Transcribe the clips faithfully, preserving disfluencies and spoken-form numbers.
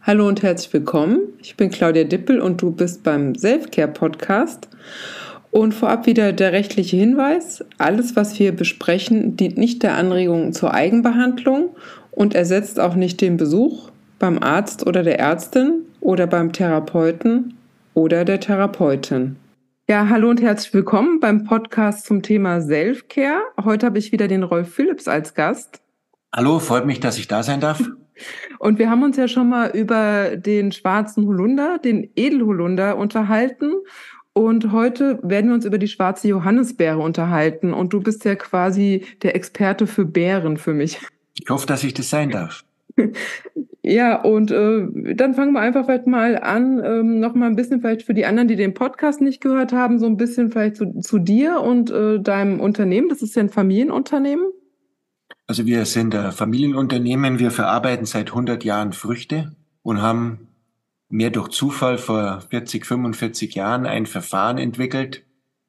Hallo und herzlich willkommen. Ich bin Claudia Dippel und du bist beim Selfcare-Podcast. Und vorab wieder der rechtliche Hinweis: Alles, was wir besprechen, dient nicht der Anregung zur Eigenbehandlung und ersetzt auch nicht den Besuch beim Arzt oder der Ärztin oder beim Therapeuten oder der Therapeutin. Ja, hallo und herzlich willkommen beim Podcast zum Thema Selfcare. Heute habe ich wieder den Rolf Philipps als Gast. Hallo, freut mich, dass ich da sein darf. Und wir haben uns ja schon mal über den schwarzen Holunder, den Edelholunder, unterhalten. Und heute werden wir uns über die schwarze Johannisbeere unterhalten. Und du bist ja quasi der Experte für Beeren für mich. Ich hoffe, dass ich das sein darf. Ja, und äh, dann fangen wir einfach vielleicht mal an, ähm, noch mal ein bisschen vielleicht für die anderen, die den Podcast nicht gehört haben, so ein bisschen vielleicht zu, zu dir und äh, deinem Unternehmen. Das ist ja ein Familienunternehmen. Also wir sind ein Familienunternehmen, wir verarbeiten seit hundert Jahren Früchte und haben mehr durch Zufall vor vierzig, fünfundvierzig Jahren ein Verfahren entwickelt,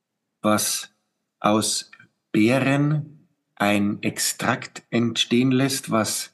was aus Beeren ein Extrakt entstehen lässt, was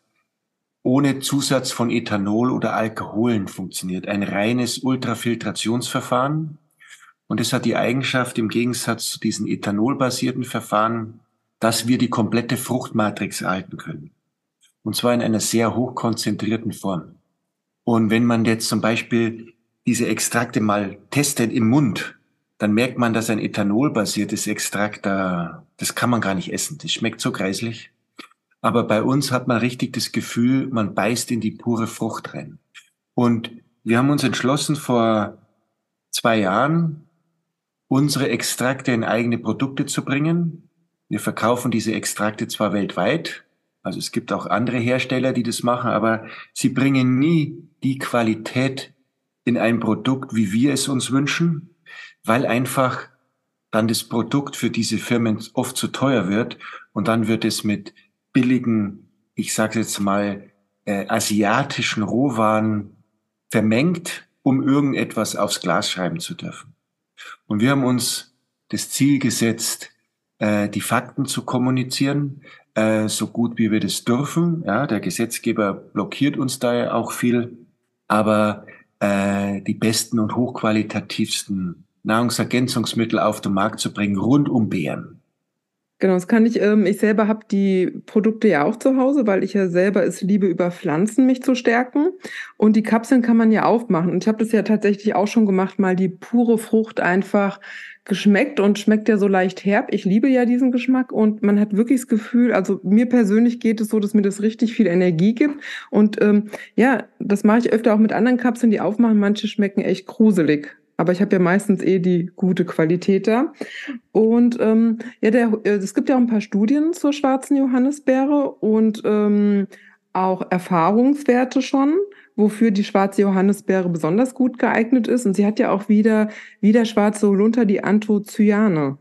ohne Zusatz von Ethanol oder Alkoholen funktioniert. Ein reines Ultrafiltrationsverfahren. Und es hat die Eigenschaft, im Gegensatz zu diesen ethanolbasierten Verfahren, dass wir die komplette Fruchtmatrix erhalten können. Und zwar in einer sehr hochkonzentrierten Form. Und wenn man jetzt zum Beispiel diese Extrakte mal testet im Mund, dann merkt man, dass ein ethanolbasiertes Extrakt, da, das kann man gar nicht essen. Das schmeckt so greislich. Aber bei uns hat man richtig das Gefühl, man beißt in die pure Frucht rein. Und wir haben uns entschlossen, vor zwei Jahren unsere Extrakte in eigene Produkte zu bringen. Wir verkaufen diese Extrakte zwar weltweit, also es gibt auch andere Hersteller, die das machen, aber sie bringen nie die Qualität in ein Produkt, wie wir es uns wünschen, weil einfach dann das Produkt für diese Firmen oft zu teuer wird und dann wird es mit billigen, ich sage jetzt mal, äh, asiatischen Rohwaren vermengt, um irgendetwas aufs Glas schreiben zu dürfen. Und wir haben uns das Ziel gesetzt, äh, die Fakten zu kommunizieren, äh, so gut wie wir das dürfen. Ja, der Gesetzgeber blockiert uns da ja auch viel, aber äh, die besten und hochqualitativsten Nahrungsergänzungsmittel auf den Markt zu bringen, rund um Beeren. Genau, das kann ich, ähm, ich selber habe die Produkte ja auch zu Hause, weil ich ja selber es liebe, über Pflanzen mich zu stärken. Und die Kapseln kann man ja aufmachen. Und ich habe das ja tatsächlich auch schon gemacht, mal die pure Frucht einfach geschmeckt und schmeckt ja so leicht herb. Ich liebe ja diesen Geschmack und man hat wirklich das Gefühl, also mir persönlich geht es so, dass mir das richtig viel Energie gibt. Und ähm, ja, das mache ich öfter auch mit anderen Kapseln, die aufmachen. Manche schmecken echt gruselig. Aber ich habe ja meistens eh die gute Qualität da. Und ähm, ja, der, äh, es gibt ja auch ein paar Studien zur schwarzen Johannisbeere und ähm, auch Erfahrungswerte schon, wofür die schwarze Johannisbeere besonders gut geeignet ist. Und sie hat ja auch wieder, wie der schwarze Holunder, die Anthocyane.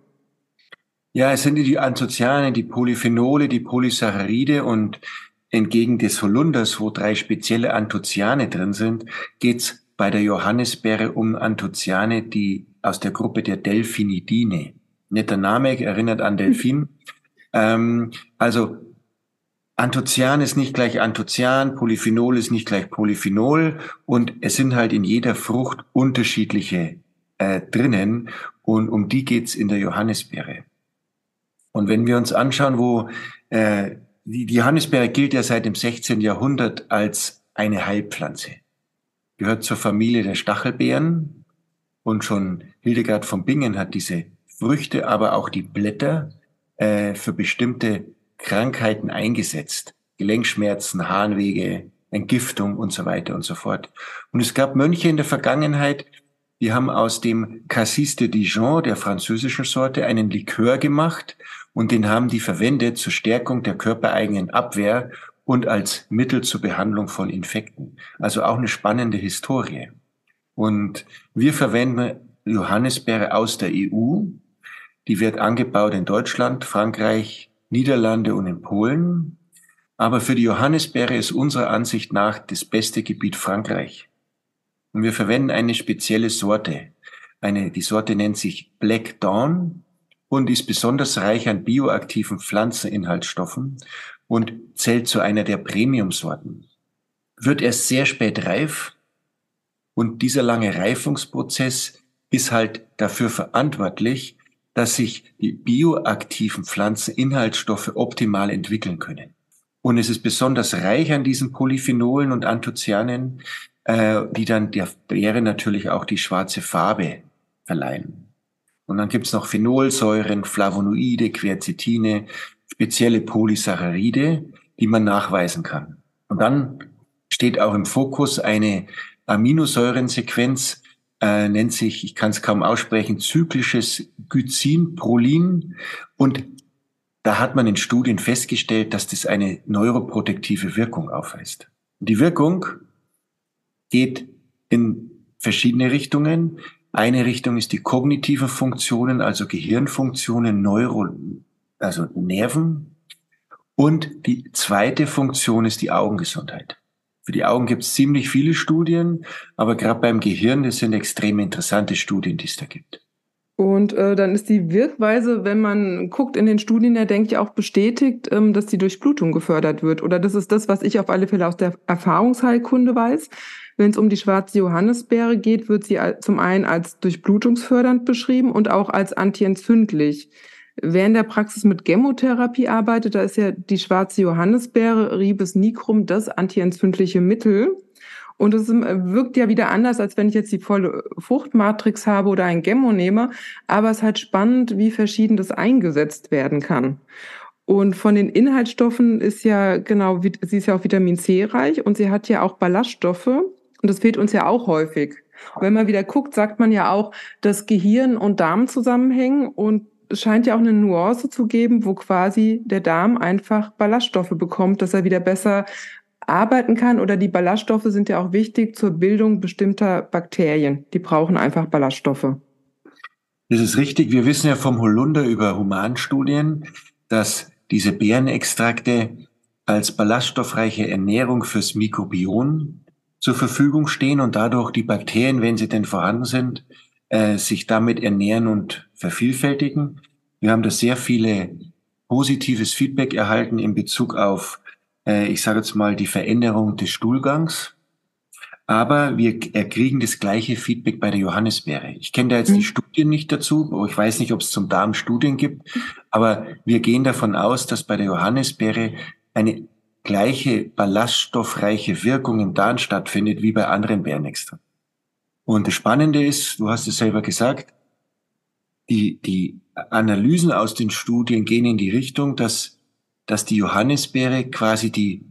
Ja, es sind die Anthocyane, die Polyphenole, die Polysaccharide und entgegen des Holunders, wo drei spezielle Anthocyane drin sind, geht's bei der Johannisbeere um Anthocyane, die aus der Gruppe der Delphinidine. Netter Name, erinnert an Delfin. ähm, also Anthocyan ist nicht gleich Anthocyan, Polyphenol ist nicht gleich Polyphenol und es sind halt in jeder Frucht unterschiedliche äh, drinnen und um die geht's in der Johannisbeere. Und wenn wir uns anschauen, wo äh, die, die Johannisbeere gilt ja seit dem sechzehnten Jahrhundert als eine Heilpflanze, gehört zur Familie der Stachelbeeren und schon Hildegard von Bingen hat diese Früchte, aber auch die Blätter äh, für bestimmte Krankheiten eingesetzt. Gelenkschmerzen, Harnwege, Entgiftung und so weiter und so fort. Und es gab Mönche in der Vergangenheit, die haben aus dem Cassis de Dijon, der französischen Sorte, einen Likör gemacht und den haben die verwendet zur Stärkung der körpereigenen Abwehr und als Mittel zur Behandlung von Infekten. Also auch eine spannende Historie. Und wir verwenden Johannisbeere aus der E U. Die wird angebaut in Deutschland, Frankreich, Niederlande und in Polen. Aber für die Johannisbeere ist unserer Ansicht nach das beste Gebiet Frankreich. Und wir verwenden eine spezielle Sorte. Eine, die Sorte nennt sich Black Dawn und ist besonders reich an bioaktiven Pflanzeninhaltsstoffen und zählt zu einer der Premium-Sorten. wird erst sehr spät reif und dieser lange Reifungsprozess ist halt dafür verantwortlich, dass sich die bioaktiven Pflanzeninhaltsstoffe optimal entwickeln können. Und es ist besonders reich an diesen Polyphenolen und Anthocyanen, äh, die dann der Beere natürlich auch die schwarze Farbe verleihen. Und dann gibt's noch Phenolsäuren, Flavonoide, Quercetine, spezielle Polysaccharide, die man nachweisen kann. Und dann steht auch im Fokus eine Aminosäurensequenz, äh, nennt sich, ich kann es kaum aussprechen, zyklisches Glycinprolin. Und da hat man in Studien festgestellt, dass das eine neuroprotektive Wirkung aufweist. Die Wirkung geht in verschiedene Richtungen. Eine Richtung ist die kognitiven Funktionen, also Gehirnfunktionen, Neuro, also Nerven. Und die zweite Funktion ist die Augengesundheit. Für die Augen gibt es ziemlich viele Studien, aber gerade beim Gehirn, das sind extrem interessante Studien, die es da gibt. Und äh, dann ist die Wirkweise, wenn man guckt in den Studien, ja, denke ich, auch bestätigt, ähm, dass die Durchblutung gefördert wird. Oder das ist das, was ich auf alle Fälle aus der Erfahrungsheilkunde weiß. Wenn es um die schwarze Johannisbeere geht, wird sie zum einen als durchblutungsfördernd beschrieben und auch als antientzündlich. Wer in der Praxis mit Chemotherapie arbeitet, da ist ja die schwarze Johannisbeere, Ribes nigrum, das antientzündliche Mittel. Und es wirkt ja wieder anders, als wenn ich jetzt die volle Fruchtmatrix habe oder ein Chemo nehme. Aber es ist halt spannend, wie verschieden das eingesetzt werden kann. Und von den Inhaltsstoffen ist ja, genau, sie ist ja auch Vitamin C reich und sie hat ja auch Ballaststoffe. Und das fehlt uns ja auch häufig. Und wenn man wieder guckt, sagt man ja auch, dass Gehirn und Darm zusammenhängen. Und es scheint ja auch eine Nuance zu geben, wo quasi der Darm einfach Ballaststoffe bekommt, dass er wieder besser arbeiten kann. Oder die Ballaststoffe sind ja auch wichtig zur Bildung bestimmter Bakterien. Die brauchen einfach Ballaststoffe. Das ist richtig. Wir wissen ja vom Holunder über Humanstudien, dass diese Beerenextrakte als ballaststoffreiche Ernährung fürs Mikrobiom zur Verfügung stehen und dadurch die Bakterien, wenn sie denn vorhanden sind, äh, sich damit ernähren und vervielfältigen. Wir haben da sehr viele positives Feedback erhalten in Bezug auf, äh, ich sage jetzt mal, die Veränderung des Stuhlgangs. Aber wir kriegen das gleiche Feedback bei der Johannisbeere. Ich kenne da jetzt die Studien nicht dazu, ich weiß nicht, ob es zum Darm Studien gibt, aber wir gehen davon aus, dass bei der Johannisbeere eine gleiche ballaststoffreiche Wirkung im Darm stattfindet wie bei anderen Beerenextrakten. Und das Spannende ist, du hast es selber gesagt, die, die Analysen aus den Studien gehen in die Richtung, dass, dass die Johannisbeere quasi die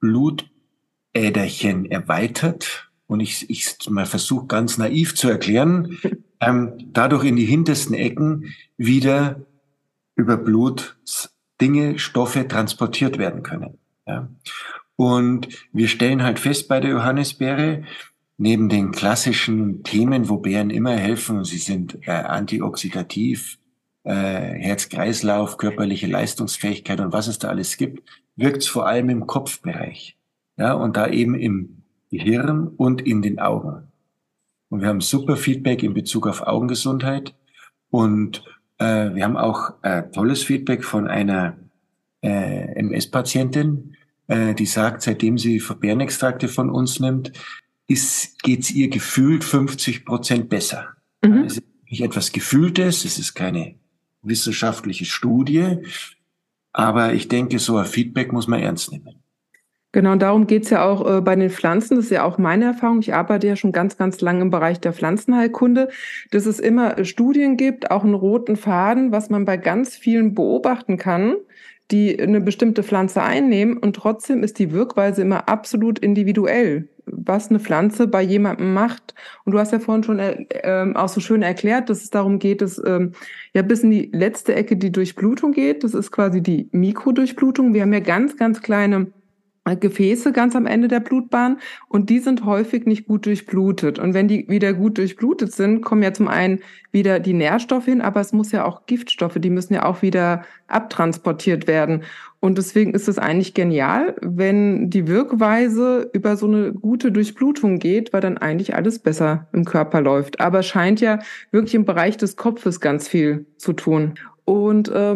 Blutäderchen erweitert. Und ich, ich mal versuche ganz naiv zu erklären, ähm, dadurch in die hintersten Ecken wieder über Blut Dinge, Stoffe transportiert werden können. Ja. Und wir stellen halt fest bei der Johannisbeere, neben den klassischen Themen, wo Beeren immer helfen, sie sind äh, antioxidativ, äh, Herz-Kreislauf, körperliche Leistungsfähigkeit und was es da alles gibt, wirkt es vor allem im Kopfbereich. Ja, und da eben im Gehirn und in den Augen. Und wir haben super Feedback in Bezug auf Augengesundheit. Und äh, wir haben auch äh, tolles Feedback von einer äh, M S-Patientin, äh, die sagt, seitdem sie Beerenextrakte von uns nimmt, ist, geht's ihr gefühlt fünfzig Prozent besser. Mhm. Es ist nicht etwas Gefühltes, es ist keine wissenschaftliche Studie, aber ich denke, so ein Feedback muss man ernst nehmen. Genau, und darum geht's ja auch äh, bei den Pflanzen. Das ist ja auch meine Erfahrung. Ich arbeite ja schon ganz, ganz lange im Bereich der Pflanzenheilkunde, dass es immer äh, Studien gibt, auch einen roten Faden, was man bei ganz vielen beobachten kann, die eine bestimmte Pflanze einnehmen. Und trotzdem ist die Wirkweise immer absolut individuell, was eine Pflanze bei jemandem macht. Und du hast ja vorhin schon äh, auch so schön erklärt, dass es darum geht, dass ähm, ja bis in die letzte Ecke die Durchblutung geht. Das ist quasi die Mikrodurchblutung. Wir haben ja ganz, ganz kleine Gefäße ganz am Ende der Blutbahn und die sind häufig nicht gut durchblutet. Und wenn die wieder gut durchblutet sind, kommen ja zum einen wieder die Nährstoffe hin, aber es muss ja auch Giftstoffe, die müssen ja auch wieder abtransportiert werden. Und deswegen ist es eigentlich genial, wenn die Wirkweise über so eine gute Durchblutung geht, weil dann eigentlich alles besser im Körper läuft. Aber es scheint ja wirklich im Bereich des Kopfes ganz viel zu tun. Und ähm,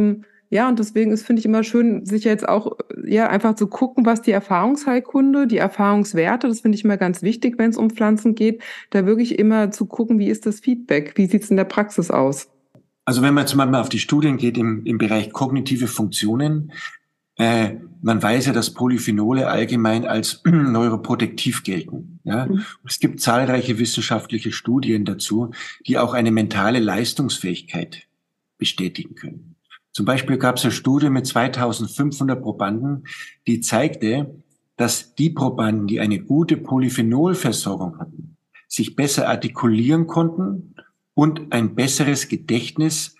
Ja, und deswegen ist, finde ich, immer schön, sich jetzt auch, ja, einfach zu gucken, was die Erfahrungsheilkunde, die Erfahrungswerte, das finde ich immer ganz wichtig, wenn es um Pflanzen geht, da wirklich immer zu gucken, wie ist das Feedback, wie sieht es in der Praxis aus? Also wenn man jetzt mal auf die Studien geht im, im Bereich kognitive Funktionen, äh, man weiß ja, dass Polyphenole allgemein als neuroprotektiv gelten. Ja? Mhm. Es gibt zahlreiche wissenschaftliche Studien dazu, die auch eine mentale Leistungsfähigkeit bestätigen können. Zum Beispiel gab es eine Studie mit zweitausendfünfhundert Probanden, die zeigte, dass die Probanden, die eine gute Polyphenolversorgung hatten, sich besser artikulieren konnten und ein besseres Gedächtnis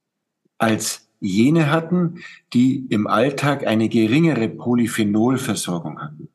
als jene hatten, die im Alltag eine geringere Polyphenolversorgung hatten.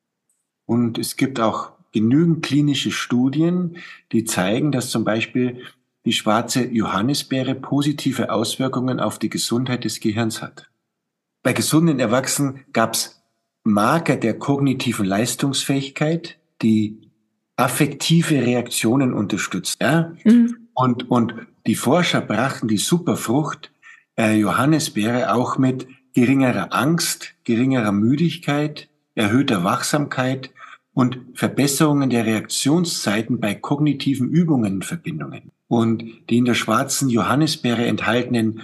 Und es gibt auch genügend klinische Studien, die zeigen, dass zum Beispiel die schwarze Johannisbeere positive Auswirkungen auf die Gesundheit des Gehirns hat. Bei gesunden Erwachsenen gab es Marker der kognitiven Leistungsfähigkeit, die affektive Reaktionen unterstützen. Ja? Mhm. Und, und die Forscher brachten die Superfrucht äh, Johannisbeere auch mit geringerer Angst, geringerer Müdigkeit, erhöhter Wachsamkeit und Verbesserungen der Reaktionszeiten bei kognitiven Übungen in Verbindungen. Und die in der schwarzen Johannisbeere enthaltenen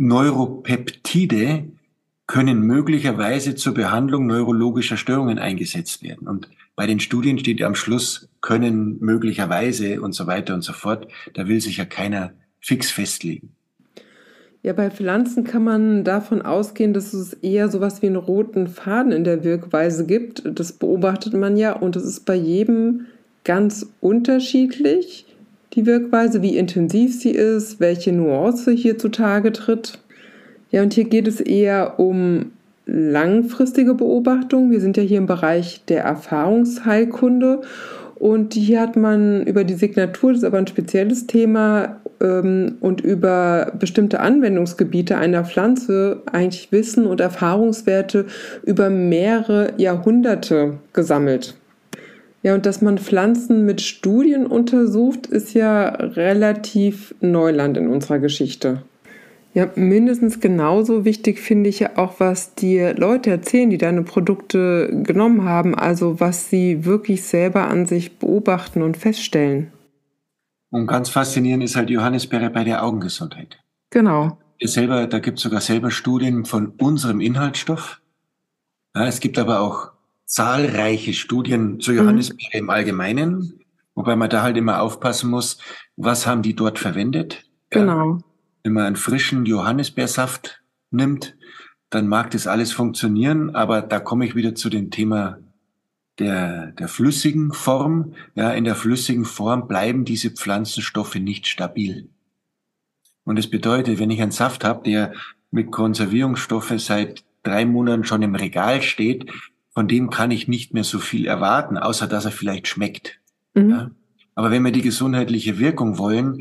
Neuropeptide können möglicherweise zur Behandlung neurologischer Störungen eingesetzt werden. Und bei den Studien steht am Schluss, können möglicherweise und so weiter und so fort. Da will sich ja keiner fix festlegen. Ja, bei Pflanzen kann man davon ausgehen, dass es eher sowas wie einen roten Faden in der Wirkweise gibt. Das beobachtet man ja und es ist bei jedem ganz unterschiedlich, die Wirkweise, wie intensiv sie ist, welche Nuance hier zutage tritt. Ja, und hier geht es eher um langfristige Beobachtung. Wir sind ja hier im Bereich der Erfahrungsheilkunde und hier hat man über die Signatur, das ist aber ein spezielles Thema, ähm, und über bestimmte Anwendungsgebiete einer Pflanze eigentlich Wissen und Erfahrungswerte über mehrere Jahrhunderte gesammelt. Ja, und dass man Pflanzen mit Studien untersucht, ist ja relativ Neuland in unserer Geschichte. Ja, mindestens genauso wichtig finde ich ja auch, was die Leute erzählen, die deine Produkte genommen haben, also was sie wirklich selber an sich beobachten und feststellen. Und ganz faszinierend ist halt Johannisbeere bei der Augengesundheit. Genau. Wir selber, da gibt es sogar selber Studien von unserem Inhaltsstoff. Ja, es gibt aber auch zahlreiche Studien zur Johannisbeere mhm. im Allgemeinen, wobei man da halt immer aufpassen muss, was haben die dort verwendet. Genau. Ja, wenn man einen frischen Johannisbeersaft nimmt, dann mag das alles funktionieren, aber da komme ich wieder zu dem Thema der, der flüssigen Form. Ja, in der flüssigen Form bleiben diese Pflanzenstoffe nicht stabil. Und das bedeutet, wenn ich einen Saft habe, der mit Konservierungsstoffe seit drei Monaten schon im Regal steht, von dem kann ich nicht mehr so viel erwarten, außer dass er vielleicht schmeckt. Mhm. Ja? Aber wenn wir die gesundheitliche Wirkung wollen,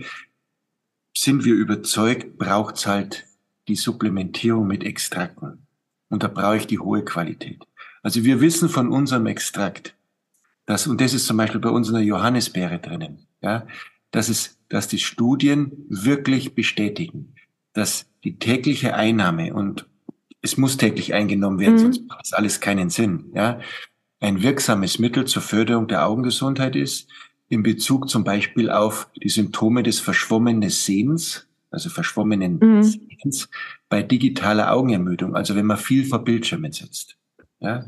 sind wir überzeugt, braucht's halt die Supplementierung mit Extrakten. Und da brauche ich die hohe Qualität. Also wir wissen von unserem Extrakt, dass, und das ist zum Beispiel bei uns in der Johannisbeere drinnen, ja, dass es, dass die Studien wirklich bestätigen, dass die tägliche Einnahme, und es muss täglich eingenommen werden, mhm. sonst macht das alles keinen Sinn, ja, ein wirksames Mittel zur Förderung der Augengesundheit ist, in Bezug zum Beispiel auf die Symptome des verschwommenen Sehens, also verschwommenen mhm. Sehens, bei digitaler Augenermüdung, also wenn man viel vor Bildschirmen sitzt. Ja,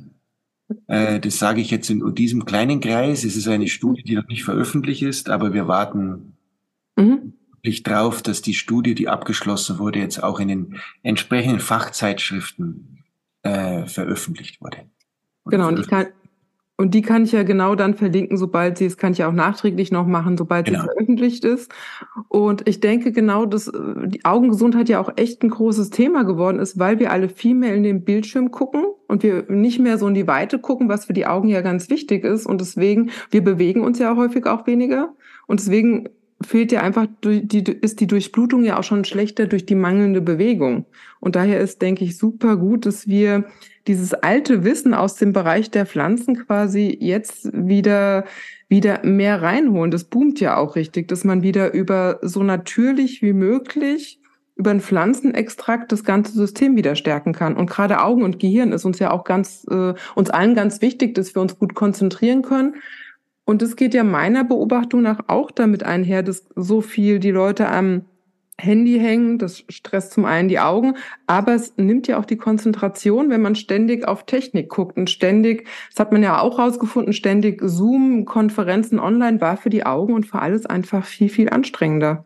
äh, das sage ich jetzt in diesem kleinen Kreis. Es ist eine Studie, die noch nicht veröffentlicht ist, aber wir warten mhm. wirklich drauf, dass die Studie, die abgeschlossen wurde, jetzt auch in den entsprechenden Fachzeitschriften äh, veröffentlicht wurde. Genau, und ich kann Und die kann ich ja genau dann verlinken, sobald sie, das kann ich ja auch nachträglich noch machen, sobald genau. sie veröffentlicht ist. Und ich denke genau, dass die Augengesundheit ja auch echt ein großes Thema geworden ist, weil wir alle viel mehr in den Bildschirm gucken und wir nicht mehr so in die Weite gucken, was für die Augen ja ganz wichtig ist. Und deswegen, wir bewegen uns ja häufig auch weniger. Und deswegen fehlt ja einfach, die, ist die Durchblutung ja auch schon schlechter durch die mangelnde Bewegung. Und daher ist, denke ich, super gut, dass wir dieses alte Wissen aus dem Bereich der Pflanzen quasi jetzt wieder, wieder mehr reinholen. Das boomt ja auch richtig, dass man wieder über so natürlich wie möglich über einen Pflanzenextrakt das ganze System wieder stärken kann. Und gerade Augen und Gehirn ist uns ja auch ganz, äh, uns allen ganz wichtig, dass wir uns gut konzentrieren können. Und es geht ja meiner Beobachtung nach auch damit einher, dass so viel die Leute am Handy hängen, das stresst zum einen die Augen, aber es nimmt ja auch die Konzentration, wenn man ständig auf Technik guckt und ständig, das hat man ja auch rausgefunden, ständig Zoom, Konferenzen online war für die Augen und für alles einfach viel, viel anstrengender.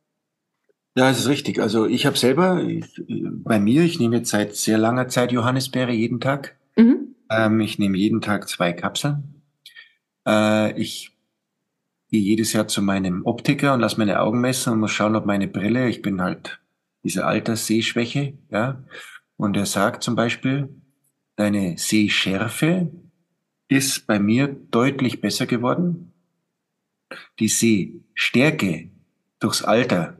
Ja, das ist richtig. Also ich habe selber, ich, bei mir, ich nehme jetzt seit sehr langer Zeit Johannisbeere jeden Tag. Mhm. Ähm, ich nehme jeden Tag zwei Kapseln. Äh, ich gehe jedes Jahr zu meinem Optiker und lasse meine Augen messen und muss schauen, ob meine Brille, ich bin halt diese Alterssehschwäche, ja. Und er sagt zum Beispiel, deine Sehschärfe ist bei mir deutlich besser geworden. Die Sehstärke durchs Alter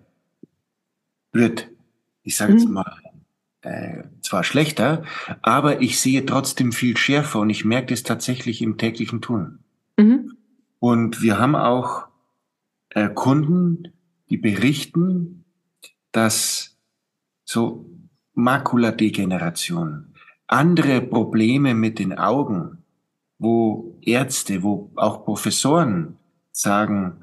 wird, ich sage jetzt Mhm. mal, äh, zwar schlechter, aber ich sehe trotzdem viel schärfer und ich merke das tatsächlich im täglichen Tun. Mhm. Und wir haben auch äh, Kunden, die berichten, dass so Makuladegeneration, andere Probleme mit den Augen, wo Ärzte, wo auch Professoren sagen,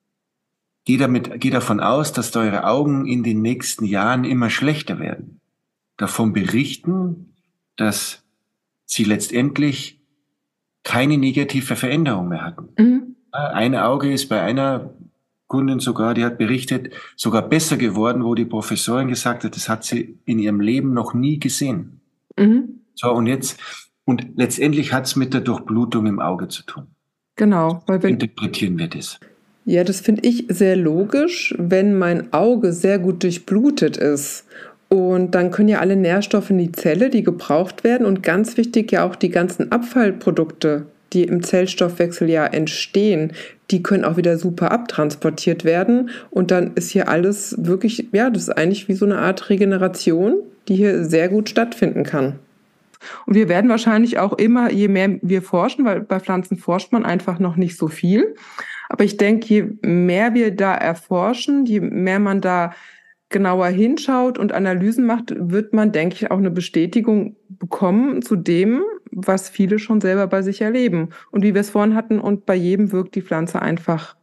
geh damit, geh davon aus, dass eure Augen in den nächsten Jahren immer schlechter werden. Davon berichten, dass sie letztendlich keine negative Veränderung mehr hatten. Mhm. Ein Auge ist bei einer Kundin sogar, die hat berichtet, sogar besser geworden, wo die Professorin gesagt hat, das hat sie in ihrem Leben noch nie gesehen. Mhm. So, und jetzt, und letztendlich hat es mit der Durchblutung im Auge zu tun. Genau, weil wenn, Interpretieren wir das. ja, das finde ich sehr logisch, wenn mein Auge sehr gut durchblutet ist. Und dann können ja alle Nährstoffe in die Zelle, die gebraucht werden. Und ganz wichtig ja auch die ganzen Abfallprodukte, die im Zellstoffwechsel ja entstehen, die können auch wieder super abtransportiert werden. Und dann ist hier alles wirklich, ja, das ist eigentlich wie so eine Art Regeneration, die hier sehr gut stattfinden kann. Und wir werden wahrscheinlich auch immer, je mehr wir forschen, weil bei Pflanzen forscht man einfach noch nicht so viel. Aber ich denke, je mehr wir da erforschen, je mehr man da genauer hinschaut und Analysen macht, wird man, denke ich, auch eine Bestätigung bekommen zu dem, was viele schon selber bei sich erleben. Und wie wir es vorhin hatten, und bei jedem wirkt die Pflanze einfach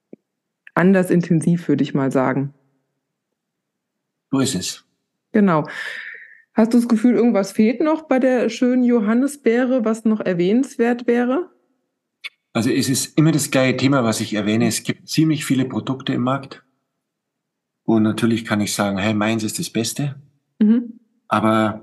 anders intensiv, würde ich mal sagen. So ist es. Genau. Hast du das Gefühl, irgendwas fehlt noch bei der schönen Johannisbeere, was noch erwähnenswert wäre? Also es ist immer das gleiche Thema, was ich erwähne. Es gibt ziemlich viele Produkte im Markt. Und natürlich kann ich sagen, hey, meins ist das Beste. Mhm. Aber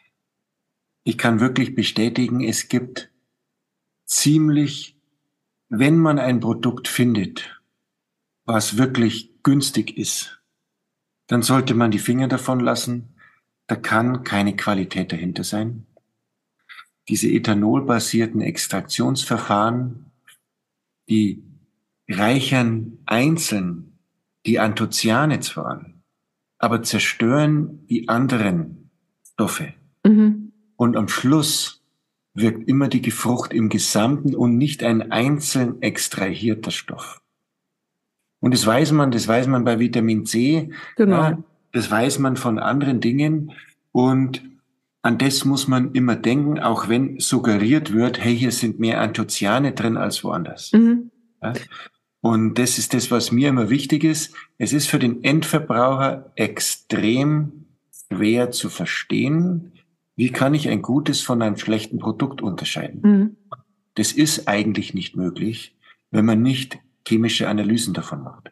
ich kann wirklich bestätigen, es gibt ziemlich, wenn man ein Produkt findet, was wirklich günstig ist, dann sollte man die Finger davon lassen. Da kann keine Qualität dahinter sein. Diese ethanolbasierten Extraktionsverfahren, die reichern einzeln die Anthocyane zwar an, aber zerstören die anderen Stoffe. Mhm. Und am Schluss wirkt immer die Frucht im Gesamten und nicht ein einzeln extrahierter Stoff. Und das weiß man, das weiß man bei Vitamin C, Genau. ja, das weiß man von anderen Dingen und an das muss man immer denken, auch wenn suggeriert wird, hey, hier sind mehr Anthocyane drin als woanders. Mhm. Ja? Und das ist das, was mir immer wichtig ist. Es ist für den Endverbraucher extrem schwer zu verstehen, wie kann ich ein gutes von einem schlechten Produkt unterscheiden. Mhm. Das ist eigentlich nicht möglich, wenn man nicht chemische Analysen davon macht.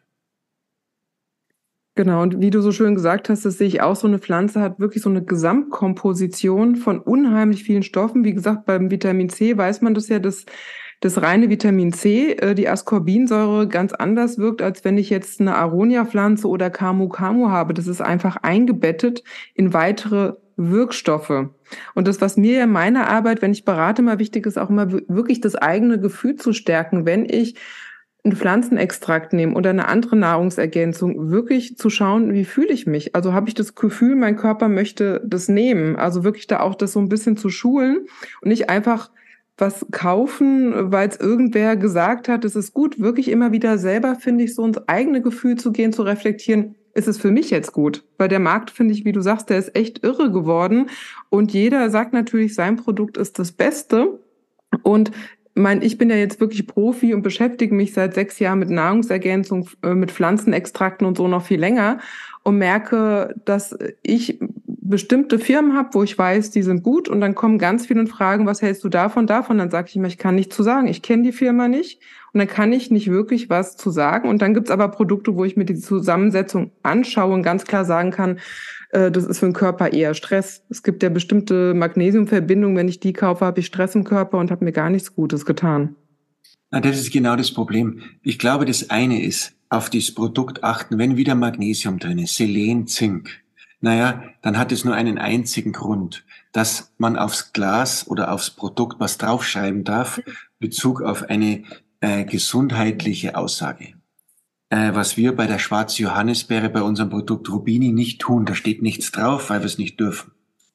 Genau, und wie du so schön gesagt hast, das sehe ich auch, so eine Pflanze hat wirklich so eine Gesamtkomposition von unheimlich vielen Stoffen. Wie gesagt, beim Vitamin C weiß man das ja, dass das reine Vitamin C, äh, die Ascorbinsäure, ganz anders wirkt, als wenn ich jetzt eine Aronia-Pflanze oder Camu Camu habe. Das ist einfach eingebettet in weitere Wirkstoffe. Und das, was mir in meiner Arbeit, wenn ich berate, mal wichtig ist, auch immer wirklich das eigene Gefühl zu stärken, wenn ich einen Pflanzenextrakt nehme oder eine andere Nahrungsergänzung, wirklich zu schauen, wie fühle ich mich? Also habe ich das Gefühl, mein Körper möchte das nehmen? Also wirklich da auch das so ein bisschen zu schulen und nicht einfach was kaufen, weil es irgendwer gesagt hat, es ist gut. Wirklich immer wieder selber, finde ich, so ins eigene Gefühl zu gehen, zu reflektieren. ist es für mich jetzt gut? Weil der Markt, finde ich, wie du sagst, der ist echt irre geworden und jeder sagt natürlich, sein Produkt ist das Beste. Und mein, ich bin ja jetzt wirklich Profi und beschäftige mich seit sechs Jahren mit Nahrungsergänzung, äh, mit Pflanzenextrakten und so noch viel länger und merke, dass ich bestimmte Firmen habe, wo ich weiß, die sind gut und dann kommen ganz viele und fragen, was hältst du davon, davon? Dann sage ich immer, ich kann nichts zu sagen, ich kenne die Firma nicht und dann kann ich nicht wirklich was zu sagen. Und dann gibt's aber Produkte, wo ich mir die Zusammensetzung anschaue und ganz klar sagen kann, äh, das ist für den Körper eher Stress. Es gibt ja bestimmte Magnesiumverbindungen, wenn ich die kaufe, habe ich Stress im Körper und habe mir gar nichts Gutes getan. Na, das ist genau das Problem. Ich glaube, das eine ist, auf dieses Produkt achten, wenn wieder Magnesium drin ist, Selen, Zink. Naja, dann hat es nur einen einzigen Grund, dass man aufs Glas oder aufs Produkt was draufschreiben darf, Bezug auf eine äh, gesundheitliche Aussage. Äh, was wir bei der schwarzen Johannisbeere bei unserem Produkt Rubini nicht tun, da steht nichts drauf, weil wir es nicht dürfen.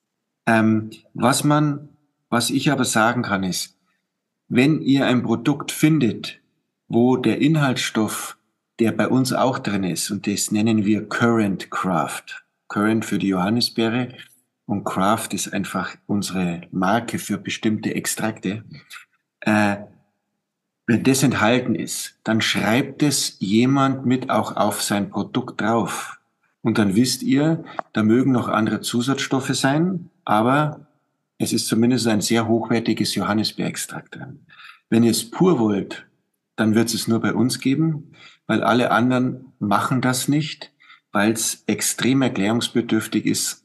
Ähm, was man, was ich aber sagen kann ist, wenn ihr ein Produkt findet, wo der Inhaltsstoff, der bei uns auch drin ist, und das nennen wir Current Craft. Current für die Johannisbeere und Craft ist einfach unsere Marke für bestimmte Extrakte. Äh, wenn das enthalten ist, dann schreibt es jemand mit auch auf sein Produkt drauf. Und dann wisst ihr, da mögen noch andere Zusatzstoffe sein, aber es ist zumindest ein sehr hochwertiges Johannisbeerextrakt drin. Wenn ihr es pur wollt, dann wird es nur bei uns geben, weil alle anderen machen das nicht, weil es extrem erklärungsbedürftig ist,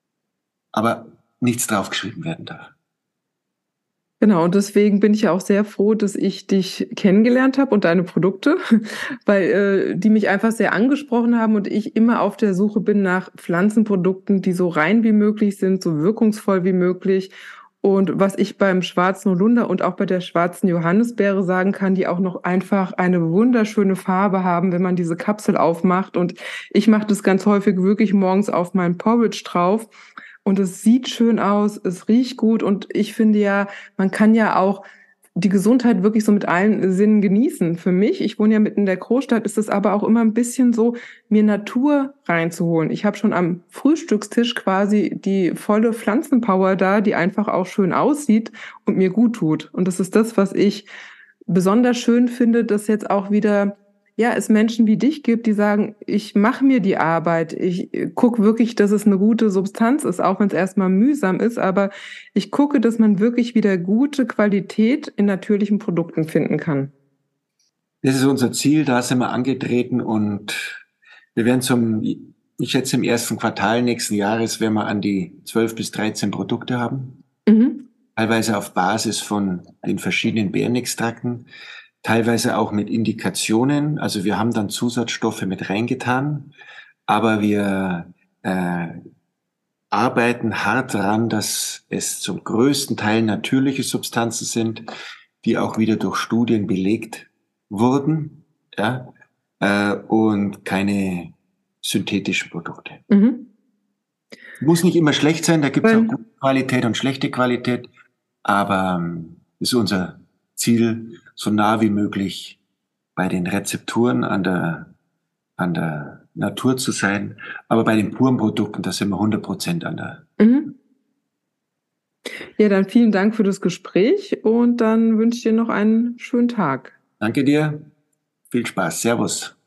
aber nichts draufgeschrieben werden darf. Genau, und deswegen bin ich ja auch sehr froh, dass ich dich kennengelernt habe und deine Produkte, weil äh, die mich einfach sehr angesprochen haben und ich immer auf der Suche bin nach Pflanzenprodukten, die so rein wie möglich sind, so wirkungsvoll wie möglich. Und was ich beim schwarzen Holunder und auch bei der schwarzen Johannisbeere sagen kann, die auch noch einfach eine wunderschöne Farbe haben, wenn man diese Kapsel aufmacht. Und ich mache das ganz häufig wirklich morgens auf meinen Porridge drauf. Und es sieht schön aus, es riecht gut und ich finde ja, man kann ja auch die Gesundheit wirklich so mit allen Sinnen genießen. Für mich, ich wohne ja mitten in der Großstadt, ist es aber auch immer ein bisschen so, mir Natur reinzuholen. Ich habe schon am Frühstückstisch quasi die volle Pflanzenpower da, die einfach auch schön aussieht und mir gut tut. Und das ist das, was ich besonders schön finde, dass jetzt auch wieder ja, es Menschen wie dich gibt, die sagen, ich mache mir die Arbeit, ich gucke wirklich, dass es eine gute Substanz ist, auch wenn es erstmal mühsam ist, aber ich gucke, dass man wirklich wieder gute Qualität in natürlichen Produkten finden kann. Das ist unser Ziel, da sind wir angetreten und wir werden zum, ich schätze im ersten Quartal nächsten Jahres werden wir an die zwölf bis dreizehn Produkte haben. Mhm. Teilweise auf Basis von den verschiedenen Beerenextrakten, teilweise auch mit Indikationen. Also wir haben dann Zusatzstoffe mit reingetan, aber wir äh, arbeiten hart daran, dass es zum größten Teil natürliche Substanzen sind, die auch wieder durch Studien belegt wurden, ja, äh, und keine synthetischen Produkte. Mhm. Muss nicht immer schlecht sein, da gibt es auch gute Qualität und schlechte Qualität, aber ähm, ist unser Ziel, so nah wie möglich bei den Rezepturen an der, an der Natur zu sein, aber bei den puren Produkten, da sind wir hundert Prozent an der. Mhm. Ja, dann vielen Dank für das Gespräch und dann wünsche ich dir noch einen schönen Tag. Danke dir, viel Spaß, Servus.